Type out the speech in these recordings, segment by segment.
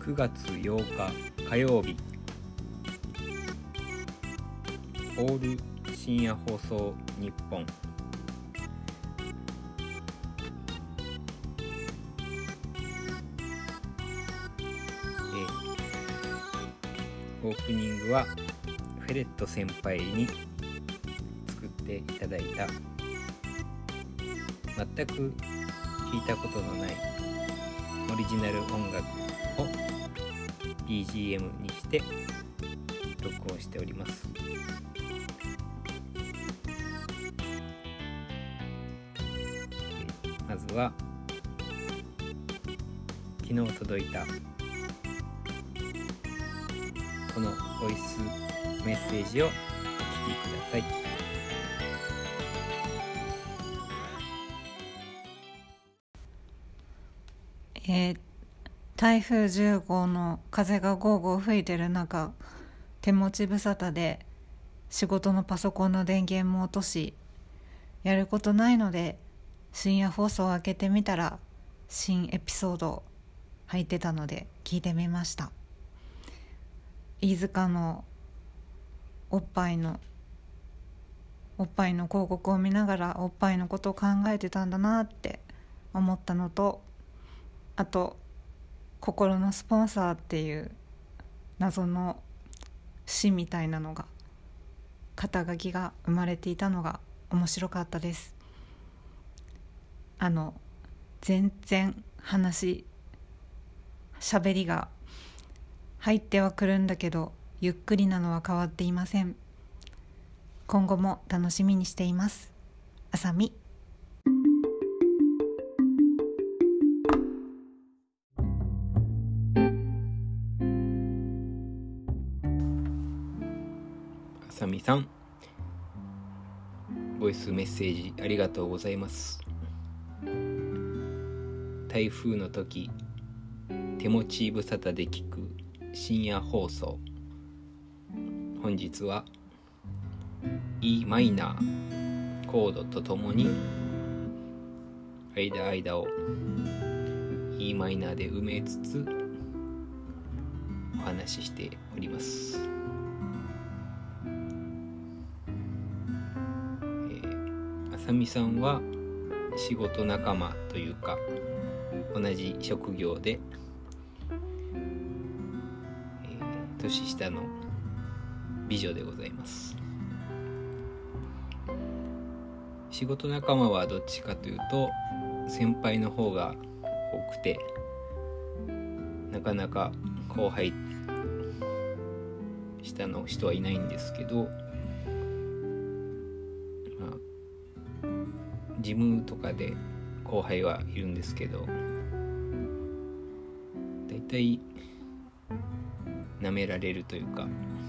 9月8日火曜日、オール深夜放送日本。オープニングはフェレット先輩に作っていただいた全く聞いたことのないオリジナル音楽を BGM にして録音しております。まずは昨日届いたこのボイスメッセージをお聞きください。 台風10号の風がゴーゴー吹いてる中、手持ち無沙汰で仕事のパソコンの電源も落とし、やることないので深夜放送を開けてみたら新エピソード入ってたので聞いてみました。飯塚のおっぱいの広告を見ながらおっぱいのことを考えてたんだなって思ったのと、あと心のスポンサーっていう謎の詩みたいなのが、肩書きが生まれていたのが面白かったです。全然喋りが入ってはくるんだけど、ゆっくりなのは変わっていません。今後も楽しみにしています。あさみ。 あさみさん、ボイスメッセージありがとうございます。台風の時、手持ち無沙汰で聞く深夜放送。本日は E マイナーコードとともに間を E マイナーで埋めつつお話ししております。あさみさんは仕事仲間というか同じ職業で、年下の美女でございます。仕事仲間はどっちかというと先輩の方が多くて、なかなか後輩下の人はいないんですけど、事務とかで後輩はいるんですけど、だいたい舐められるというか、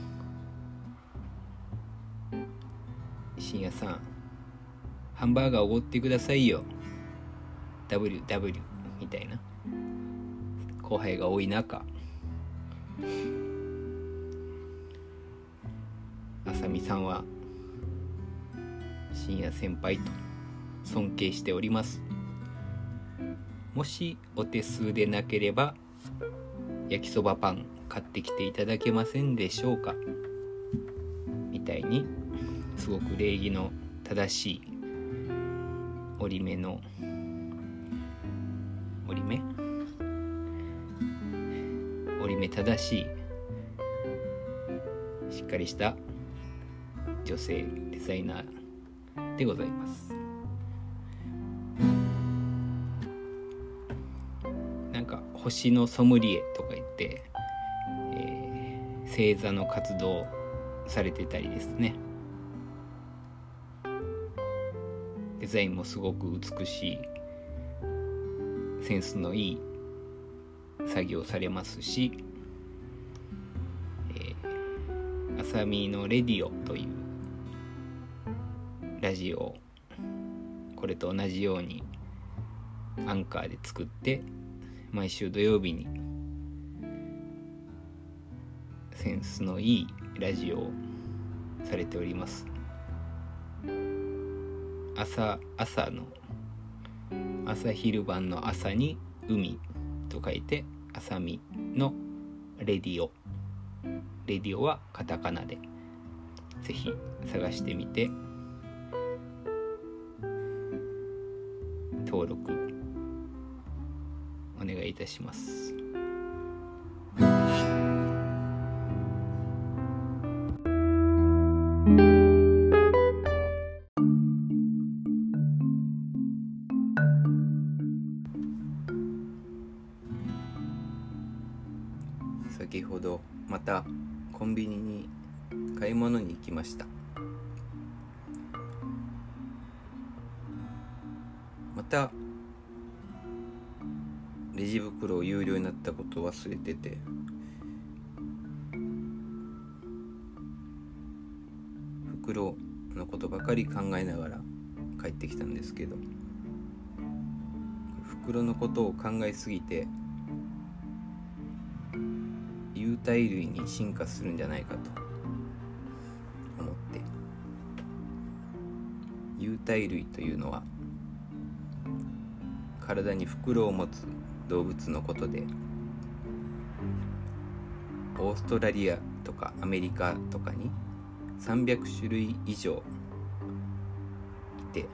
深夜さんハンバーガーおごってくださいよ WW みたいな後輩が多い中、あさみさんは深夜先輩と尊敬しております。もしお手数でなければ焼きそばパン買ってきていただけませんでしょうかみたいに、すごく礼儀の正しい折り目正しいしっかりした女性デザイナーでございます。なんか星のソムリエとか言って、星座の活動されてたりですね。デザインもすごく美しい、センスのいい作業されますし、あさみのレディオというラジオをこれと同じようにアンカーで作って、毎週土曜日にセンスのいいラジオをされております。朝昼晩の朝に海と書いてあさみのレディオはカタカナでぜひ探してみて登録お願いいたします。先ほどまたコンビニに買い物に行きました。またレジ袋を有料になったことを忘れてて、袋のことばかり考えながら帰ってきたんですけど、袋のことを考えすぎて有袋類に進化するんじゃないかと思って、有袋類というのは体に袋を持つ動物のことで、オーストラリアとかアメリカとかに300種類以上いて、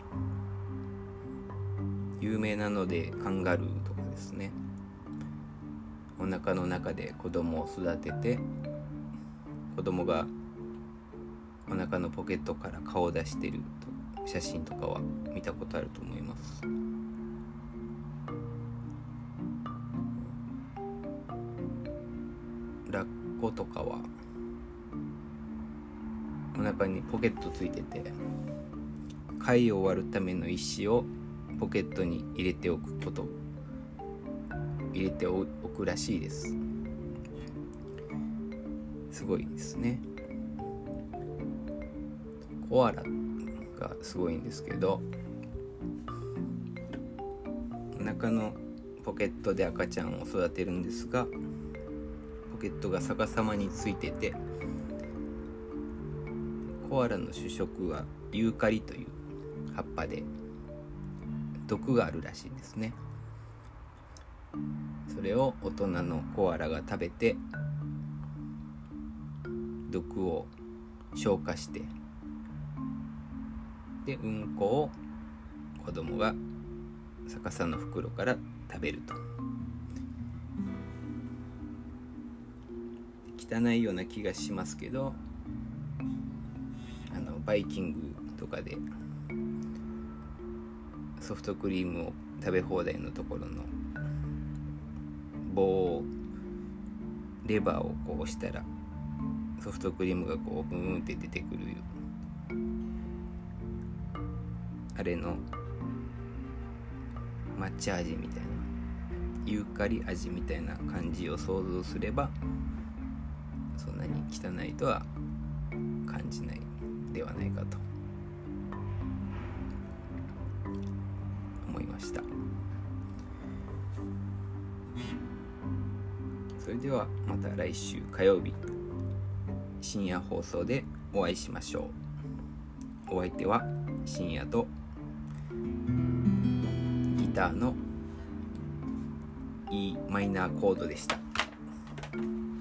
有名なのでカンガルーとかですね、お腹の中で子供を育てて、子供がお腹のポケットから顔を出している写真とかは見たことあると思います。ラッコとかはお腹にポケットついてて、貝を割るための石をポケットに入れておくらしいです。すごいですね。コアラがすごいんですけど、お腹のポケットで赤ちゃんを育てるんですが、ポケットが逆さまについてて、コアラの主食はユーカリという葉っぱで毒があるらしいんですね。それを大人のコアラが食べて毒を消化して、でうんこを子供が逆さの袋から食べると。汚いような気がしますけど、バイキングとかでソフトクリームを食べ放題のところの棒をレバーをこう押したらソフトクリームがこうブーンって出てくる、あれの抹茶味みたいな、ユーカリ味みたいな感じを想像すれば、そんなに汚いとは感じないではないかと思いました。それではまた来週火曜日深夜放送でお会いしましょう。お相手は深夜とギターの E マイナーコードでした。